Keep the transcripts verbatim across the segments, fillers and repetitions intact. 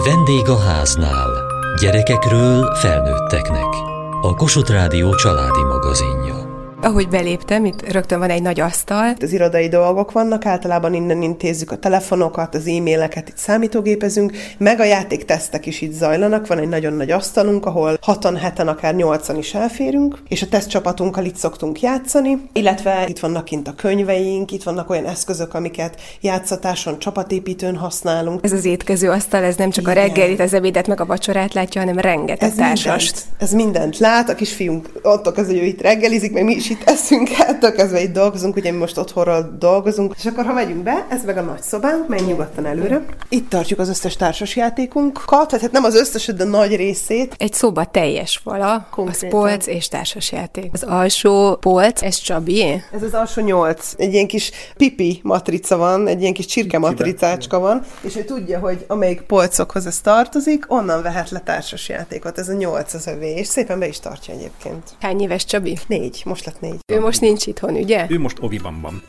Vendég a háznál. Gyerekekről felnőtteknek. A Kossuth Rádió családi magazinja. Ahogy beléptem, itt rögtön van egy nagy asztal. Az irodai dolgok vannak, általában innen intézzük a telefonokat, az e-maileket, itt számítógépezünk, meg a játéktesztek is itt zajlanak. Van egy nagyon nagy asztalunk, ahol hatan, heten, akár nyolcan is elférünk, és a tesztcsapatunkkal itt szoktunk játszani, illetve itt vannak kint a könyveink, itt vannak olyan eszközök, amiket játszatáson, csapatépítőn használunk. Ez az étkező asztal, ez nem csak igen. a reggelit, az ebédet, meg a vacsorát látja, hanem rengeteg ez társast. Mindent, ez mindent lát, a kisfiunk ott az, hogy ő itt reggelizik, meg mi is itt eszünk el, kezdve itt dolgozunk, ugye mi most otthonról dolgozunk, és akkor ha megyünk be, ez meg a nagy szobánk, menj nyugodtan előre. Itt tartjuk az összes társasjátékunkat, tehát nem az összeset, de nagy részét. Egy szoba teljes fala, konkrétan. Az polc és társasjáték. Az alsó polc, ez Csabié? Ez az alsó nyolc. Egy ilyen kis pipi matrica van, egy ilyen kis csirke matricácska van, és ő tudja, hogy amelyik polcokhoz ez tartozik, onnan vehet le társasjátékot. Ez a nyolc az övé, és szépen be is tartja egyébként. Hány éves Csabi? Négy, most lett négy. Ő most nincs itthon, ugye? Ő most oviban van.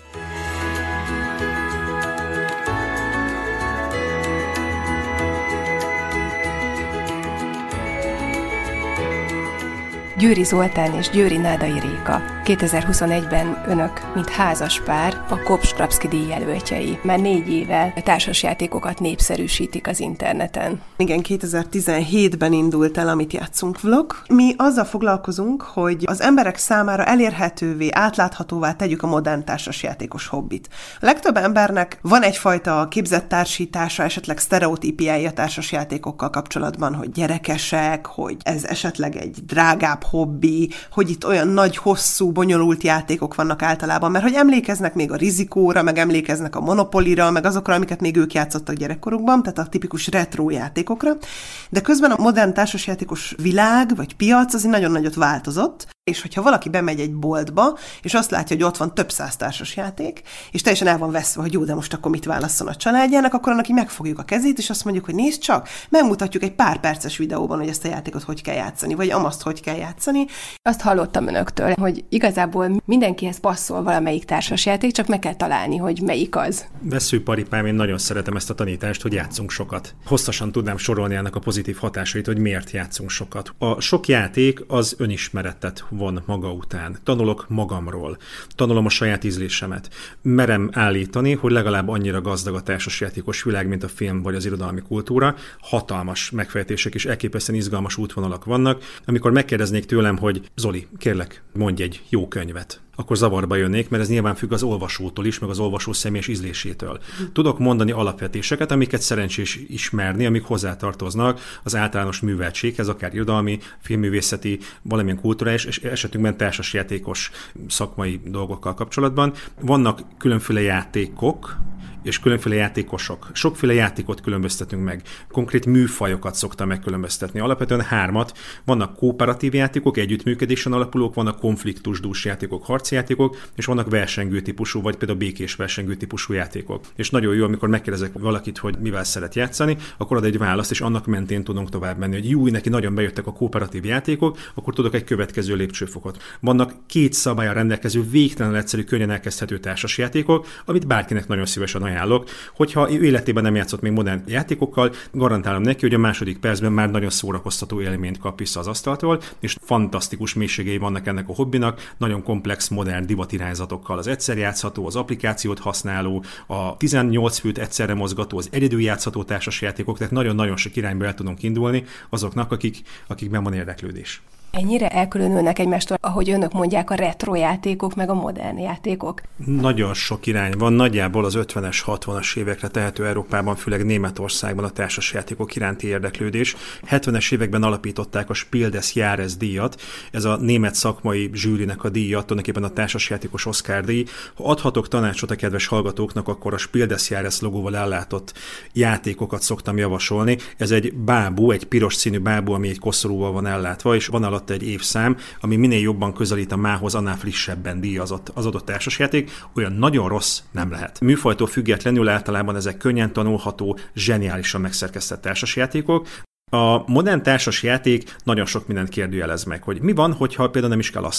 Győri Zoltán és Győri Nádai Réka. kétezer-huszonegyben önök, mint házas pár, a Kops-Krapszky díj jelöltjei. Már négy éve társasjátékokat népszerűsítik az interneten. Igen, kétezer-tizenhétben indult el, amit játszunk vlog. Mi azzal foglalkozunk, hogy az emberek számára elérhetővé, átláthatóvá tegyük a modern társasjátékos hobbit. A legtöbb embernek van egyfajta képzett társítása, esetleg sztereotípiái a társasjátékokkal kapcsolatban, hogy gyerekesek, hogy ez esetleg egy drágább hobbi, hogy itt olyan nagy, hosszú, bonyolult játékok vannak általában, mert hogy emlékeznek még a rizikóra, meg emlékeznek a monopolira, meg azokra, amiket még ők játszottak gyerekkorukban, tehát a tipikus retro játékokra. De közben a modern társasjátékos világ, vagy piac az nagyon nagyot változott, és hogyha valaki bemegy egy boltba, és azt látja, hogy ott van több száz társasjáték, és teljesen el van veszve, hogy jó, de most akkor mit válasszon a családjának, akkor annak így megfogjuk a kezét, és azt mondjuk, hogy nézd csak, megmutatjuk egy pár perces videóban, hogy ezt a játékot hogy kell játszani, vagy amaszt hogy kell játszani. Azt hallottam önöktől, hogy igazából mindenkihez passzol valamelyik társasjáték, csak meg kell találni, hogy melyik az. Vesszőparipám, én nagyon szeretem ezt a tanítást, hogy játszunk sokat. Hosszasan tudnám sorolni ennek a pozitív hatásait, hogy miért játszunk sokat. A sok játék az önismeretet von maga után. Tanulok magamról. Tanulom a saját ízlésemet. Merem állítani, hogy legalább annyira gazdag a társasjátékos világ, mint a film vagy az irodalmi kultúra. Hatalmas megfejtések és elképesztően izgalmas útvonalak vannak. Amikor megkérdeznék tőlem, hogy Zoli, kérlek, mondj egy jó könyvet, akkor zavarba jönnék, mert ez nyilván függ az olvasótól is, meg az olvasó személyes ízlésétől. Tudok mondani alapvetéseket, amiket szerencsés ismerni, amik hozzátartoznak az általános műveltséghez, akár irodalmi, filmművészeti, valamilyen kulturális, és esetünkben társasjátékos szakmai dolgokkal kapcsolatban. Vannak különféle játékok, és különféle játékosok. Sokféle játékot különböztetünk meg. Konkrét műfajokat szoktam megkülönböztetni. Alapvetően hármat. Vannak kooperatív játékok, együttműködésen alapulók, vannak konfliktusdús játékok, harci játékok, és vannak versengő típusú, vagy például békés versengő típusú játékok. És nagyon jó, amikor megkérdezek valakit, hogy mivel szeret játszani, akkor ad egy választ, és annak mentén tudunk tovább menni, hogy jó, neki nagyon bejöttek a kooperatív játékok, akkor tudok egy következő lépcsőfokot. Vannak két szabállyal rendelkező, végtelenül egyszerű, könnyen elkezdhető társasjátékok, amit bárkinek nagyon szívesen ajánlok, hogyha ő életében nem játszott még modern játékokkal, garantálom neki, hogy a második percben már nagyon szórakoztató élményt kap vissza az asztaltól, és fantasztikus mélységei vannak ennek a hobbinak, nagyon komplex, modern divatirányzatokkal. Az egyszer játszható, az applikációt használó, a tizennyolc főt egyszerre mozgató, az egyedül játszható társasjátékok, tehát nagyon-nagyon sok irányba el tudunk indulni azoknak, akik, akikben van érdeklődés. Ennyire elkülönülnek egymástól, ahogy önök mondják, a retro játékok, meg a modern játékok? Nagyon sok irány van, nagyjából az ötvenes, hatvanas évekre tehető Európában, főleg Németországban a társasjátékok iránti érdeklődés. hetvenes években alapították a Spiel des Jahres díjat, ez a német szakmai zsűrinek a díja, tulajdonképpen a társasjátékos Oscar díj. Ha adhatok tanácsot a kedves hallgatóknak, akkor a Spiel des Jahres logóval ellátott játékokat szoktam javasolni. Ez egy bábú, egy piros színű bábú, ami egy koszorúval van ellátva, és van alatt egy évszám, ami minél jobban közelít a mához, annál frissebben díjazott az adott társasjáték, olyan nagyon rossz nem lehet. Műfajtól függetlenül általában ezek könnyen tanulható, zseniálisan megszerkesztett társasjátékok. A modern társasjáték nagyon sok mindent kérdőjelez meg, hogy mi van, hogyha például nem is kell asztal.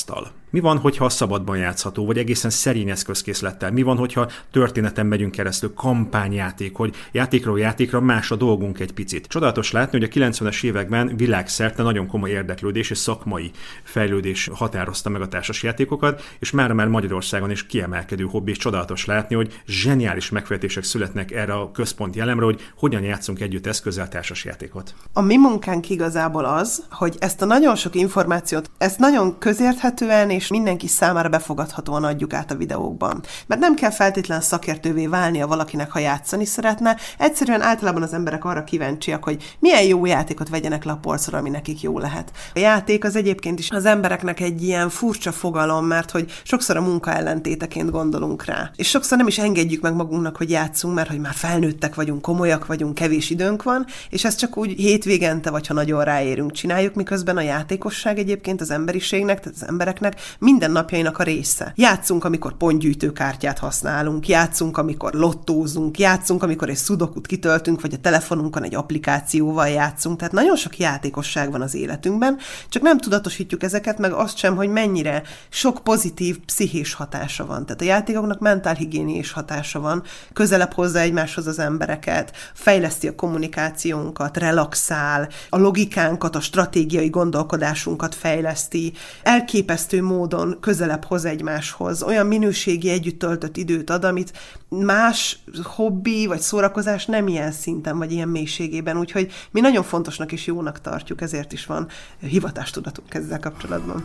Mi van, hogyha szabadban játszható, vagy egészen szerény eszközkészlettel? Mi van, hogyha történeten megyünk keresztül, kampányjáték, hogy játékról játékra más a dolgunk egy picit. Csodálatos látni, hogy a kilencvenes években világszerte nagyon komoly érdeklődés és szakmai fejlődés határozta meg a társasjátékokat, és már már Magyarországon is kiemelkedő hobbi, és csodálatos látni, hogy zseniális megfejtések születnek erre a központi elemre, hogy hogyan játszunk együtt eszközzel társasjátékot. A mi munkánk igazából az, hogy ezt a nagyon sok információt, ezt nagyon közérthetően és mindenki számára befogadhatóan adjuk át a videókban. Mert nem kell feltétlenül szakértővé válnia valakinek, ha játszani szeretne, egyszerűen általában az emberek arra kíváncsiak, hogy milyen jó játékot vegyenek le a polcra, ami nekik jó lehet. A játék az egyébként is az embereknek egy ilyen furcsa fogalom, mert hogy sokszor a munka ellentéteként gondolunk rá. És sokszor nem is engedjük meg magunknak, hogy játszunk, mert hogy már felnőttek vagyunk, komolyak vagyunk, kevés időnk van, és ezt csak úgy hétvégente, vagy ha nagyon ráérünk, csináljuk, miközben a játékosság egyébként az emberiségnek, tehát az embereknek minden napjainak a része. Játszunk, amikor pontgyűjtőkártyát használunk, játszunk, amikor lottózunk, játszunk, amikor egy szudokut kitöltünk, vagy a telefonunkon egy applikációval játszunk, tehát nagyon sok játékosság van az életünkben, csak nem tudatosítjuk ezeket, meg azt sem, hogy mennyire sok pozitív pszichés hatása van. Tehát a játékoknak mentálhigiéniás hatása van, közelebb hozza egymáshoz az embereket, fejleszti a kommunikációnkat, relaxál, a logikánkat, a stratégiai gondolkodásunkat fejleszti, elképesztő módon közelebb hoz egymáshoz, olyan minőségi együtt töltött időt ad, amit más hobbi vagy szórakozás nem ilyen szinten, vagy ilyen mélységében, úgyhogy mi nagyon fontosnak és jónak tartjuk, ezért is van hivatástudatunk ezzel kapcsolatban.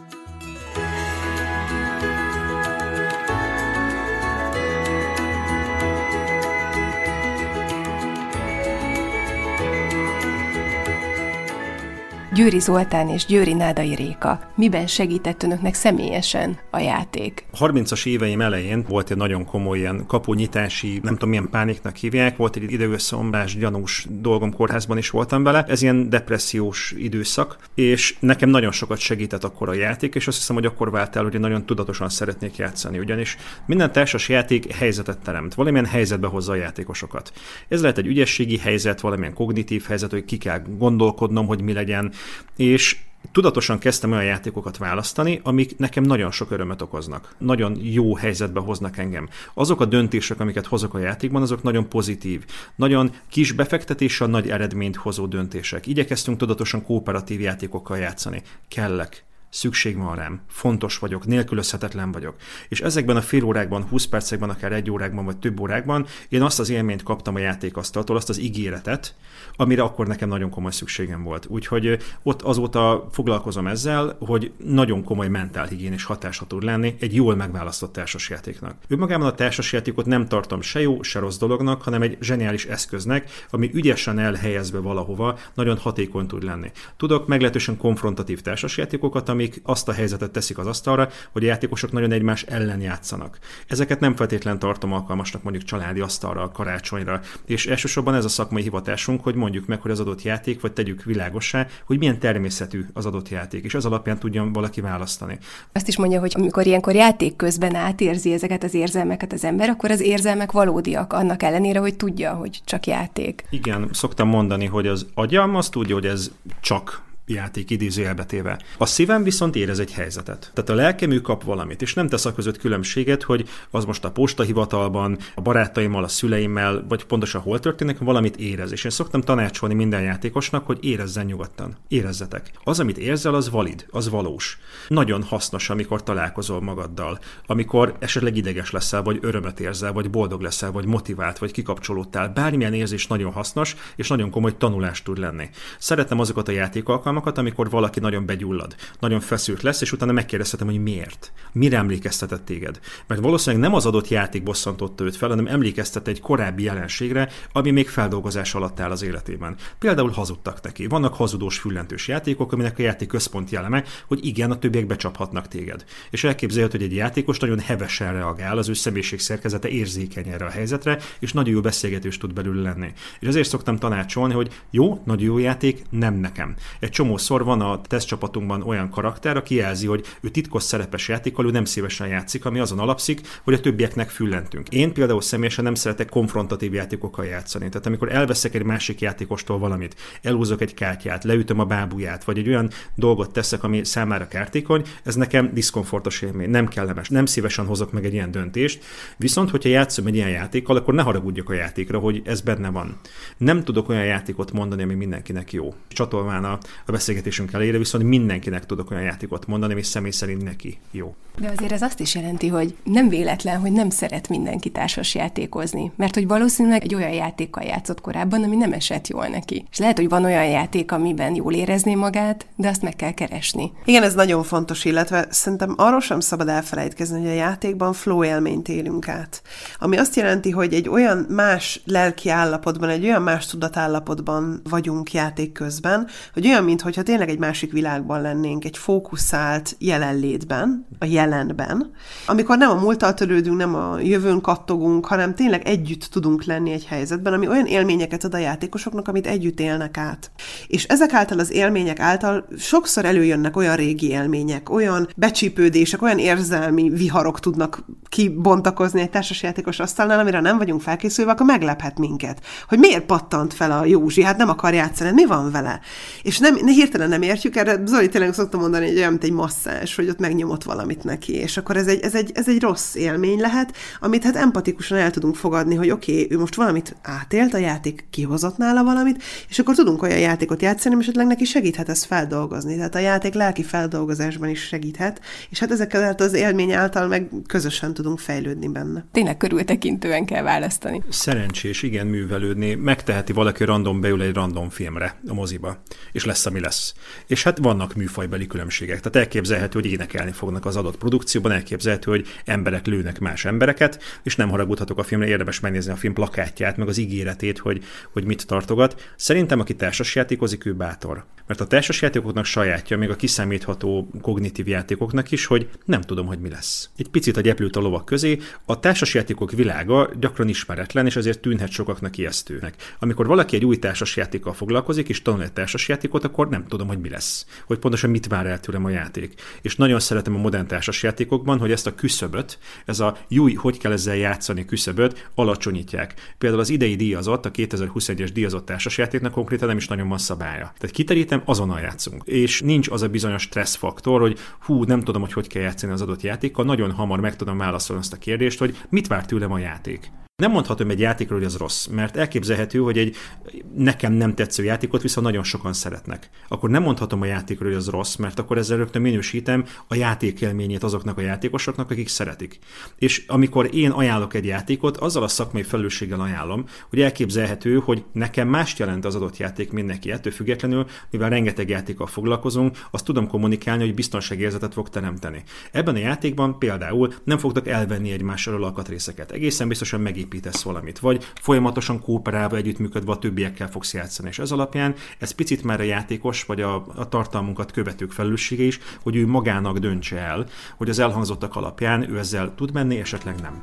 Győri Zoltán és Győri Nádai Réka. Miben segített önöknek személyesen a játék? harmincas éveim elején volt egy nagyon komoly ilyen kapunyitási, nem tudom milyen pániknak hívják, volt egy időszomrás, gyanús dolgom, kórházban is voltam vele. Ez ilyen depressziós időszak, és nekem nagyon sokat segített akkor a játék, és azt hiszem, hogy akkor vált el, hogy én nagyon tudatosan szeretnék játszani, ugyanis minden társas játék helyzetet teremt, valamilyen helyzetbe hozza a játékosokat. Ez lehet egy ügyességi helyzet, valamilyen kognitív helyzet, hogy ki kell gondolkodnom, hogy mi legyen, és tudatosan kezdtem olyan játékokat választani, amik nekem nagyon sok örömet okoznak. Nagyon jó helyzetbe hoznak engem. Azok a döntések, amiket hozok a játékban, azok nagyon pozitív, nagyon kis befektetéssel nagy eredményt hozó döntések. Igyekeztünk tudatosan kooperatív játékokkal játszani. Kellek. Szükség van rám, fontos vagyok, nélkülözhetetlen vagyok. És ezekben a fél órákban, húsz percekben, akár egy órákban, vagy több órákban én azt az élményt kaptam a játékasztaltól, azt az ígéretet, amire akkor nekem nagyon komoly szükségem volt. Úgyhogy ott azóta foglalkozom ezzel, hogy nagyon komoly mentálhigiénés hatása tud lenni egy jól megválasztott társasjátéknak. Önmagában a társasjátékot nem tartom se jó, se rossz dolognak, hanem egy zseniális eszköznek, ami ügyesen elhelyezve valahova nagyon hatékony tud lenni. Tudok meglehetősen konfrontatív társasjátékokat, amik azt a helyzetet teszik az asztalra, hogy a játékosok nagyon egymás ellen játszanak. Ezeket nem feltétlen tartom alkalmasnak mondjuk családi asztalra, karácsonyra, és elsősorban ez a szakmai hivatásunk, hogy mondjuk meg, hogy az adott játék, vagy tegyük világossá, hogy milyen természetű az adott játék, és ez alapján tudjon valaki választani. Azt is mondja, hogy amikor ilyenkor játék közben átérzi ezeket az érzelmeket az ember, akkor az érzelmek valódiak, annak ellenére, hogy tudja, hogy csak játék. Igen, szoktam mondani, hogy az agyam azt tudja, hogy ez csak játék idézőjelbe téve. A szívem viszont érez egy helyzetet. Tehát a lelkem ő kap valamit, és nem tesz a között különbséget, hogy az most a postahivatalban, a barátaimmal, a szüleimmel, vagy pontosan hol történik, valamit érez. És én szoktam tanácsolni minden játékosnak, hogy érezzen nyugodtan. Érezzetek. Az, amit érzel, az valid, az valós. Nagyon hasznos, amikor találkozol magaddal, amikor esetleg ideges leszel, vagy örömet érzel, vagy boldog leszel, vagy motivált, vagy kikapcsolódtál. Bármilyen érzés nagyon hasznos, és nagyon komoly tanulás tud lenni. Szeretem azokat a játékalkalmakat, amikor valaki nagyon begyullad, nagyon feszült lesz, és utána megkérdezhetem, hogy miért. Mire emlékeztetett téged? Mert valószínűleg nem az adott játék bosszantotta őt fel, hanem emlékeztet egy korábbi jelenségre, ami még feldolgozás alatt áll az életében. Például hazudtak neki. Vannak hazudós, füllentős játékok, aminek a játék központi eleme, hogy igen, a többiek becsaphatnak téged. És elképzelhető, hogy egy játékos nagyon hevesen reagál, az ő személyiség szerkezete érzékeny erre a helyzetre, és nagyon jó beszélgetés tud belül lenni. És ezért szoktam tanácsolni, hogy jó, nagyon jó játék, nem nekem. Egy csomószor van a tesztcsapatunkban olyan karakter, aki jelzi, hogy ő titkos szerepes játékkal, ő nem szívesen játszik, ami azon alapszik, hogy a többieknek füllentünk. Én például személyesen nem szeretek konfrontatív játékokkal játszani. Tehát amikor elveszek egy másik játékostól valamit, elhúzok egy kártyát, leütöm a bábuját, vagy egy olyan dolgot teszek, ami számára kártékony, ez nekem diszkomfortos élmény, nem kellemes, nem szívesen hozok meg egy ilyen döntést. Viszont, hogyha játszom egy ilyen játékkal, akkor ne haragudjak a játékra, hogy ez benne van. Nem tudok olyan játékot mondani, ami mindenkinek jó. Csatolván a, a beszélgetésünk elejére, viszont mindenkinek tudok olyan játékot mondani, ami személy szerint neki jó. De azért ez azt is jelenti, hogy nem véletlen, hogy nem szeret mindenki társas játékozni, mert hogy valószínűleg egy olyan játékkal játszott korábban, ami nem esett jól neki. És lehet, hogy van olyan játék, amiben jól érezné magát, de azt meg kell keresni. Igen, ez nagyon fontos, illetve szerintem arról sem szabad elfelejtkezni, hogy a játékban flow élményt élünk át. Ami azt jelenti, hogy egy olyan más lelki állapotban, egy olyan más tudatállapotban vagyunk játék közben, hogy olyan, mintha tényleg egy másik világban lennénk, egy fókuszált jelenlétben, a jelenben, amikor nem a múlttal törődünk, nem a jövőn kattogunk, hanem tényleg együtt tudunk lenni egy helyzetben, ami olyan élményeket ad a játékosoknak, amit együtt élnek át. És ezek által az élmények által sokszor előjönnek olyan régi élmények, olyan becsípődések, olyan érzelmi viharok tudnak kibontakozni egy társasjátékos asztalnál, amire nem vagyunk felkészülve, akkor meglephet minket, hogy miért pattant fel a Józsi, hát nem akar játszani, mi van vele? És nem, hirtelen nem értjük, erre Zoli tényleg szoktam mondani, hogy olyan, mint egy masszázs, hogy ott megnyomott valamit neki, és akkor ez egy, ez egy, ez egy rossz élmény lehet, amit hát empatikusan el tudunk fogadni, hogy oké, okay, ő most valamit átélt, a játék kihozott nála valamit, és akkor tudunk olyan játékot játszani, és esetleg neki segíthet ezt feldolgozni. Tehát a játék lelki feldolgozásban is segíthet, és hát ezekkel az élmény által meg közösen tudunk fejlődni benne. Tényleg körültekintően kell választani. Szerencsés, igen, művelődni. Megteheti valaki, random beül egy random filmre a moziba, és lesz, ami lesz. És hát vannak műfajbeli különbségek. Tehát elképzelhető, hogy énekelni fognak az adott produkcióban, elképzelhető, hogy emberek lőnek más embereket, és nem haragudhatok a filmre, érdemes megnézni a film plakátját, meg az ígéretét, hogy, hogy mit tartogat. Szerintem, aki társasjátékozik, ő bátor. Mert a társasjátékoknak sajátja, még a kiszámítható kognitív játékoknak is, hogy nem tudom, hogy mi lesz. Egy picit a gyeplőt a lovak közé, a társasjátékok világa gyakran ismeretlen, és ezért tűnhet sokaknak ijesztőnek. Amikor valaki egy új társasjátékkal foglalkozik, és tanul egy társasjátékot, akkor nem tudom, hogy mi lesz. Hogy pontosan mit vár el tőlem a játék. És nagyon szeretem a modern társasjátékokban, hogy ezt a küszöböt, ez a júj, hogy kell ezzel játszani küszöböt, alacsonyítják. Például az idei díjazott, a kétezer-huszonegyes díjazott társasjátéknak konkrétan nem is nagyon van szabálya. Tehát kiterítem, azonnal játszunk. És nincs az a bizonyos stresszfaktor, hogy hú, nem tudom, hogy hogy kell játszani az adott játékkal, nagyon hamar meg tudom válaszolni azt a kérdést, hogy mit vár tőlem a játék. Nem mondhatom egy játékról, hogy az rossz, mert elképzelhető, hogy egy nekem nem tetsző játékot viszont nagyon sokan szeretnek. Akkor nem mondhatom a játékról, hogy az rossz, mert akkor ezzel rögtön minősítem a játékélményét azoknak a játékosoknak, akik szeretik. És amikor én ajánlok egy játékot, azzal a szakmai felelősséggel ajánlom, hogy elképzelhető, hogy nekem mást jelent az adott játék, mint neki. Ettől függetlenül, mivel rengeteg játékkal foglalkozunk, azt tudom kommunikálni, hogy biztonságérzetet fog teremteni. Ebben a játékban például nem fogtok elvenni egymásról alkatrészeket. Egészen biztosan megépíteni építesz valamit, vagy folyamatosan kooperálva, együttműködve a többiekkel fogsz játszani. És ez alapján ez picit már a játékos, vagy a, a tartalmunkat követők felelőssége is, hogy ő magának döntse el, hogy az elhangzottak alapján ő ezzel tud menni, esetleg nem.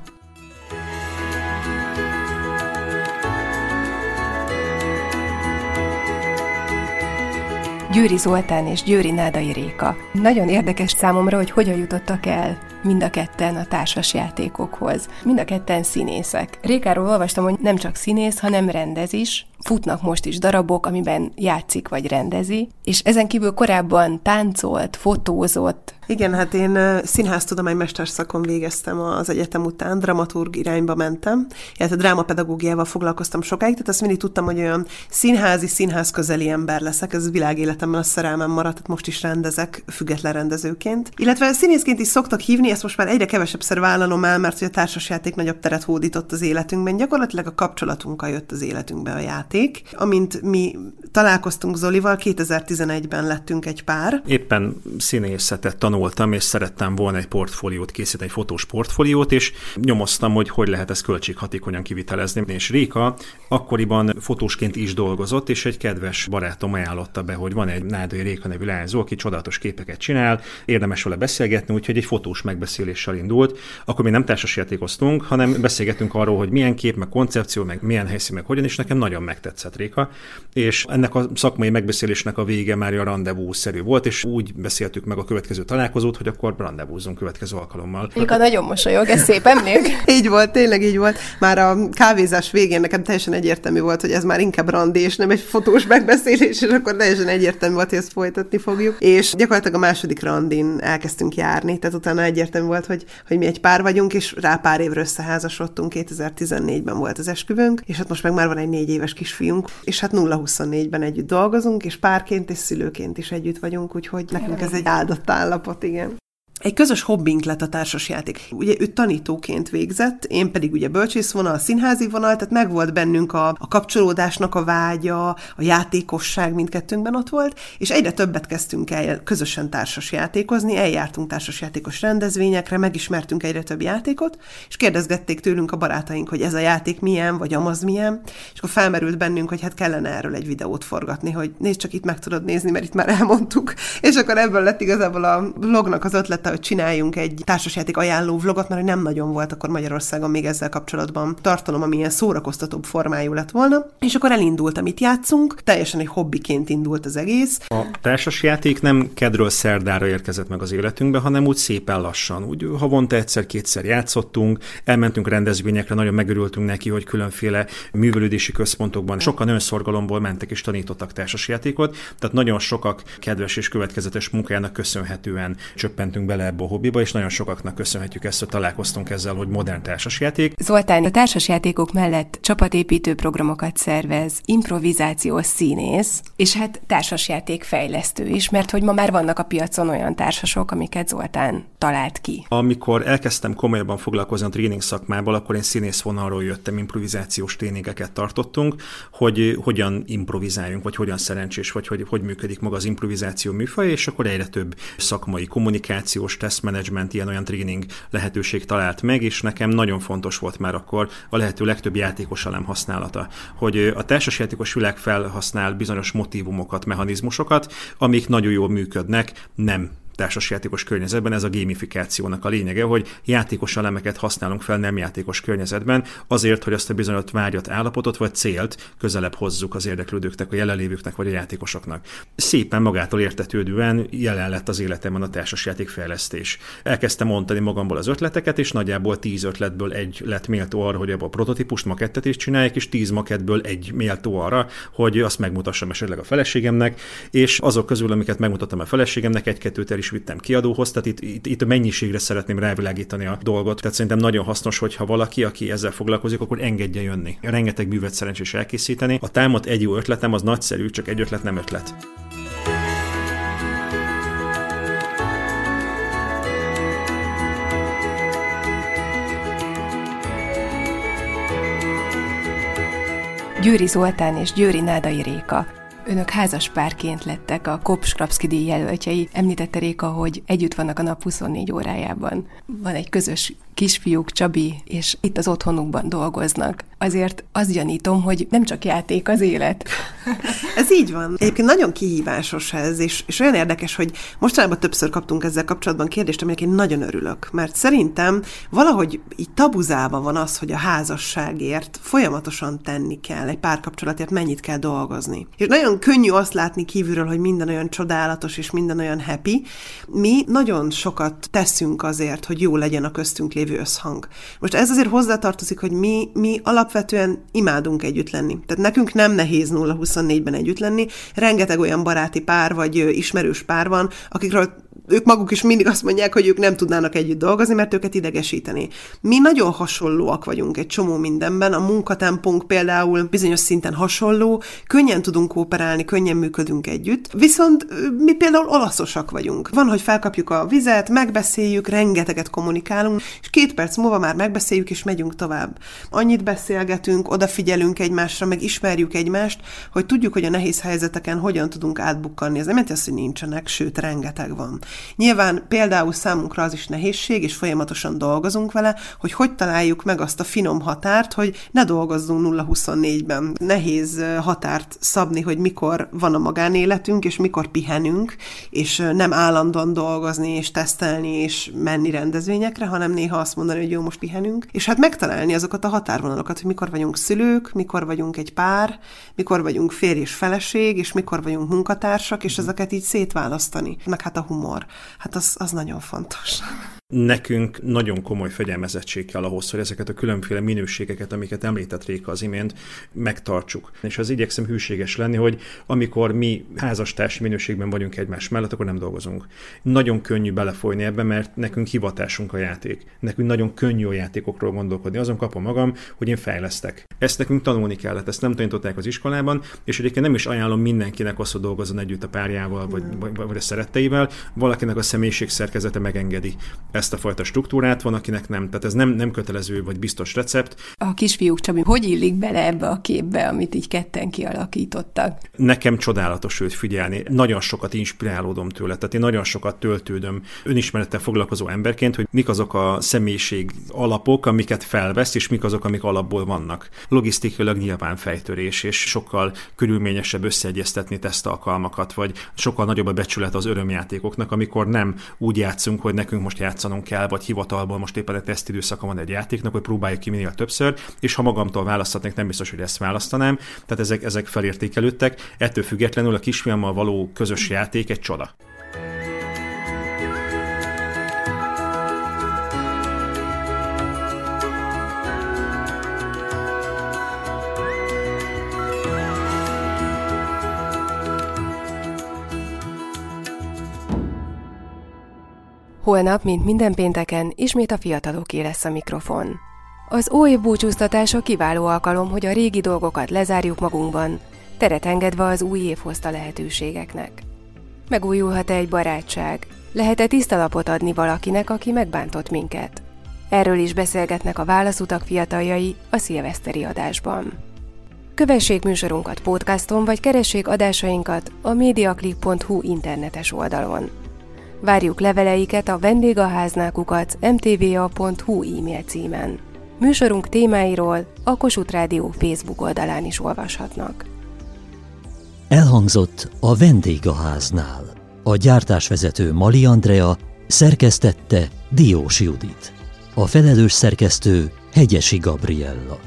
Győri Zoltán és Győri Nádai Réka. Nagyon érdekes számomra, hogy hogyan jutottak el mind a ketten a társasjátékokhoz. Mind a ketten színészek. Rékáról olvastam, hogy nem csak színész, hanem rendez is. Futnak most is darabok, amiben játszik vagy rendezi, és ezen kívül korábban táncolt, fotózott. Igen, hát én színháztudomány mesterszakon végeztem az egyetem után, dramaturg irányba mentem, illetve drámapedagógiával foglalkoztam sokáig, tehát azt mindig tudtam, hogy olyan színházi, színház közeli ember leszek, ez világéletemben a szerelmem maradt, tehát most is rendezek független rendezőként. Illetve színészként is szoktak hívni, ezt most már egyre kevesebbszer vállanom el, mert hogy a társasjáték nagyobb teret hódított az életünkben, gyakorlatilag a kapcsolatunkkal jött az életünkbe a játék. Amint mi találkoztunk Zolival, kétezer-tizenegyben lettünk egy pár. Éppen színészetet tanultam, és szerettem volna egy portfóliót készíteni, egy fotós portfóliót, és nyomoztam, hogy hogy lehet ezt költséghatékonyan kivitelezni. És Réka akkoriban fotósként is dolgozott, és egy kedves barátom ajánlotta be, hogy van egy Nádai Réka nevű lányzó, aki csodálatos képeket csinál, érdemes vele beszélgetni, úgyhogy egy fotós megbeszéléssel indult. Akkor mi nem társasjátékoztunk, hanem beszélgettünk arról, hogy milyen kép, meg koncepció, meg milyen helyszín, meg hogyan, és nekem nagyon megtetszett Réka. És ennek ennek a szakmai megbeszélésnek a vége már a rendezvú-szerű volt, és úgy beszéltük meg a következő találkozót, hogy akkor rendezvúzzunk következő alkalommal. Még a nagyon mosolyog, ez szép emlék. Így volt, tényleg így volt. Már a kávézás végén nekem teljesen egyértelmű volt, hogy ez már inkább randi, és nem egy fotós megbeszélés, és akkor teljesen egyértelmű volt, hogy ezt folytatni fogjuk. És gyakorlatilag a második randin elkezdtünk járni, tehát utána egyértelmű volt, hogy, hogy mi egy pár vagyunk, és rá pár évre összeházasodtunk, kétezer-tizennégyben volt az esküvőnk, és hát most meg már van egy négy éves kisfiunk, és hát nulla huszonnégyben együtt dolgozunk, és párként és szülőként is együtt vagyunk, úgyhogy nekünk ez egy áldott állapot, igen. Egy közös hobbink lett a társasjáték. Ugye ő tanítóként végzett, én pedig ugye bölcsészvonal, színházi vonal, tehát megvolt bennünk a, a kapcsolódásnak a vágya, a játékosság mindkettőnkben ott volt, és egyre többet kezdtünk el közösen társasjátékozni, eljártunk társasjátékos rendezvényekre, megismertünk egyre több játékot, és kérdezgették tőlünk a barátaink, hogy ez a játék milyen, vagy amaz milyen, és akkor felmerült bennünk, hogy hát kellene erről egy videót forgatni, hogy nézd, csak itt meg tudod nézni, mert itt már elmondtuk, és akkor ebből lett igazából a vlognak az ötlete, hogy csináljunk egy társasjáték ajánló vlogot, mert hogy nem nagyon volt akkor Magyarországon még ezzel kapcsolatban tartalom, ami ilyen szórakoztatóbb formájú lett volna, és akkor elindult, amit játszunk, teljesen egy hobbiként indult az egész. A társasjáték nem kedről szerdára érkezett meg az életünkbe, hanem úgy szépen lassan. Úgy havonta egyszer-kétszer játszottunk, elmentünk rendezvényekre, nagyon megörültünk neki, hogy különféle művelődési központokban sokan önszorgalomból mentek és tanítottak társasjátékot, tehát nagyon sokak kedves és következetes munkájának köszönhetően csöppentünk bele ebbe a hobbiba, és nagyon sokaknak köszönhetjük ezt, hogy találkoztunk ezzel, hogy modern társasjáték. Zoltán, a társasjátékok mellett csapatépítő programokat szervez, improvizációs színész, és hát társasjáték fejlesztő is, mert hogy ma már vannak a piacon olyan társasok, amiket Zoltán talált ki. Amikor elkezdtem komolyabban foglalkozni a tréning szakmával, akkor én színész vonalról jöttem, improvizációs tréningeket tartottunk, hogy hogyan improvizáljunk, vagy hogyan szerencsés, vagy hogy, hogy működik maga az improvizáció műfaj, és akkor egyre több szakmai kommunikáció, tesztmenedzsment, ilyen-olyan tréning lehetőség talált meg, és nekem nagyon fontos volt már akkor a lehető legtöbb játékos elem használata. Hogy a társasjátékos világ felhasznál bizonyos motívumokat, mechanizmusokat, amik nagyon jól működnek, nem társasjátékos környezetben, ez a gamifikációnak a lényege, hogy játékos elemeket használunk fel nem játékos környezetben, azért, hogy azt a bizonyos vágyat, állapotot vagy célt közelebb hozzuk az érdeklődőknek, a jelenlévőknek vagy a játékosoknak. Szépen magától értetődően jelen lett az életemben a társasjáték fejlesztés. Elkezdtem mondani magamból az ötleteket, és nagyjából tíz ötletből egy lett méltó arra, hogy a prototípust, makettet is csinálják, és tíz makettből egy méltó arra, hogy azt megmutassam esetleg a feleségemnek, és azok közül, amiket megmutattam a feleségemnek, egy-kettőt el is vittem kiadóhoz, tehát itt, itt, itt a mennyiségre szeretném rávilágítani a dolgot. Tehát szerintem nagyon hasznos, hogyha valaki, aki ezzel foglalkozik, akkor engedje jönni. Rengeteg művet szerencsés elkészíteni. A támad egy jó ötletem, az nagyszerű, csak egy ötlet nem ötlet. Győri Zoltán és Győri Nádai Réka. Önök házaspárként lettek a Kops-Krapszky díj jelöltjei. Említette Réka, hogy együtt vannak a nap huszonnégy órájában. Van egy közös kisfiúk, Csabi, és itt az otthonukban dolgoznak. Azért azt gyanítom, hogy nem csak játék az élet. Ez így van. Egyébként nagyon kihívásos ez, és, és olyan érdekes, hogy mostanában többször kaptunk ezzel kapcsolatban kérdést, aminek én nagyon örülök. Mert szerintem valahogy így tabuzálva van az, hogy a házasságért folyamatosan tenni kell, egy párkapcsolatért mennyit kell dolgozni. És nagyon könnyű azt látni kívülről, hogy minden olyan csodálatos, és minden olyan happy. Mi nagyon sokat teszünk azért, hogy jó legyen a köztünk lévő összhang. Most ez azért hozzátartozik, hogy mi, mi alapvetően imádunk együtt lenni. Tehát nekünk nem nehéz nulla huszonnégyben együtt lenni. Rengeteg olyan baráti pár, vagy ismerős pár van, akikről ők maguk is mindig azt mondják, hogy ők nem tudnának együtt dolgozni, mert őket idegesíteni. Mi nagyon hasonlóak vagyunk egy csomó mindenben, a munkatempónk például bizonyos szinten hasonló, könnyen tudunk kooperálni, könnyen működünk együtt, viszont mi például olaszosak vagyunk. Van, hogy felkapjuk a vizet, megbeszéljük, rengeteget kommunikálunk, és két perc múlva már megbeszéljük, és megyünk tovább. Annyit beszélgetünk, odafigyelünk egymásra, meg ismerjük egymást, hogy tudjuk, hogy a nehéz helyzeteken hogyan tudunk átbukkanni. Ez nem jelenti azt, hogy nincsenek, sőt, rengeteg van. Nyilván például számunkra az is nehézség, és folyamatosan dolgozunk vele, hogy hogy találjuk meg azt a finom határt, hogy ne dolgozzunk nulla huszonnégyben. Nehéz határt szabni, hogy mikor van a magánéletünk, és mikor pihenünk, és nem állandóan dolgozni, és tesztelni, és menni rendezvényekre, hanem néha azt mondani, hogy jó, most pihenünk, és hát megtalálni azokat a határvonalokat, hogy mikor vagyunk szülők, mikor vagyunk egy pár, mikor vagyunk férj és feleség, és mikor vagyunk munkatársak, és ezeket így szétválasztani. Meg hát a humor. Hát az, az nagyon fontos. Nekünk nagyon komoly fegyelmezettség kell ahhoz, hogy ezeket a különféle minőségeket, amiket említett Réka az imént, megtartsuk. És az igyekszem hűséges lenni, hogy amikor mi házastársi minőségben vagyunk egymás mellett, akkor nem dolgozunk. Nagyon könnyű belefolyni ebbe, mert nekünk hivatásunk a játék. Nekünk nagyon könnyű a játékokról gondolkodni. Azon kapom magam, hogy én fejlesztek. Ezt nekünk tanulni kellett, ezt nem tanították az iskolában, és egyébként nem is ajánlom mindenkinek azt, hogy dolgozzon együtt a párjával, vagy, vagy, vagy a szeretteivel. Valakinek a személyiségszerkezete megengedi ezt a fajta struktúrát, van, akinek nem. Tehát ez nem, nem kötelező vagy biztos recept. A kisfiúk, Csabi, hogy illik bele ebbe a képbe, amit így ketten kialakítottak? Nekem csodálatos őt figyelni. Nagyon sokat inspirálódom tőle, tehát én nagyon sokat töltődöm önismerettel foglalkozó emberként, hogy mik azok a személyiség alapok, amiket felvesz, és mik azok, amik alapból vannak. Logisztikailag nyilván fejtörés, és sokkal körülményesebb összeegyeztetni tesztalkalmakat, vagy sokkal nagyobb a becsület az örömjátékoknak, amikor nem úgy játszunk, hogy nekünk most játszanunk kell, vagy hivatalból most éppen egy tesztidőszaka van egy játéknak, hogy próbáljuk ki minél többször, és ha magamtól választhatnék, nem biztos, hogy ezt választanám. Tehát ezek, ezek felértékelődtek. Ettől függetlenül a kisfiammal való közös játék egy csoda. Holnap, mint minden pénteken, ismét a fiataloké lesz a mikrofon. Az új búcsúztatása kiváló alkalom, hogy a régi dolgokat lezárjuk magunkban, teret engedve az új év hozta lehetőségeknek. Megújulhat-e egy barátság? Lehet-e tiszta lapot adni valakinek, aki megbántott minket? Erről is beszélgetnek a Válaszutak fiataljai a szilveszteri adásban. Kövessék műsorunkat podcaston, vagy keressék adásainkat a mediaclick pont hu internetes oldalon. Várjuk leveleiket a vendégháznál kukac em té vé á pont hu e-mail címen. Műsorunk témáiról a Kossuth Rádió Facebook oldalán is olvashatnak. Elhangzott a Vendégháznál. A gyártásvezető Mali Andrea, szerkesztette Diós Judit. A felelős szerkesztő Hegyesi Gabriella.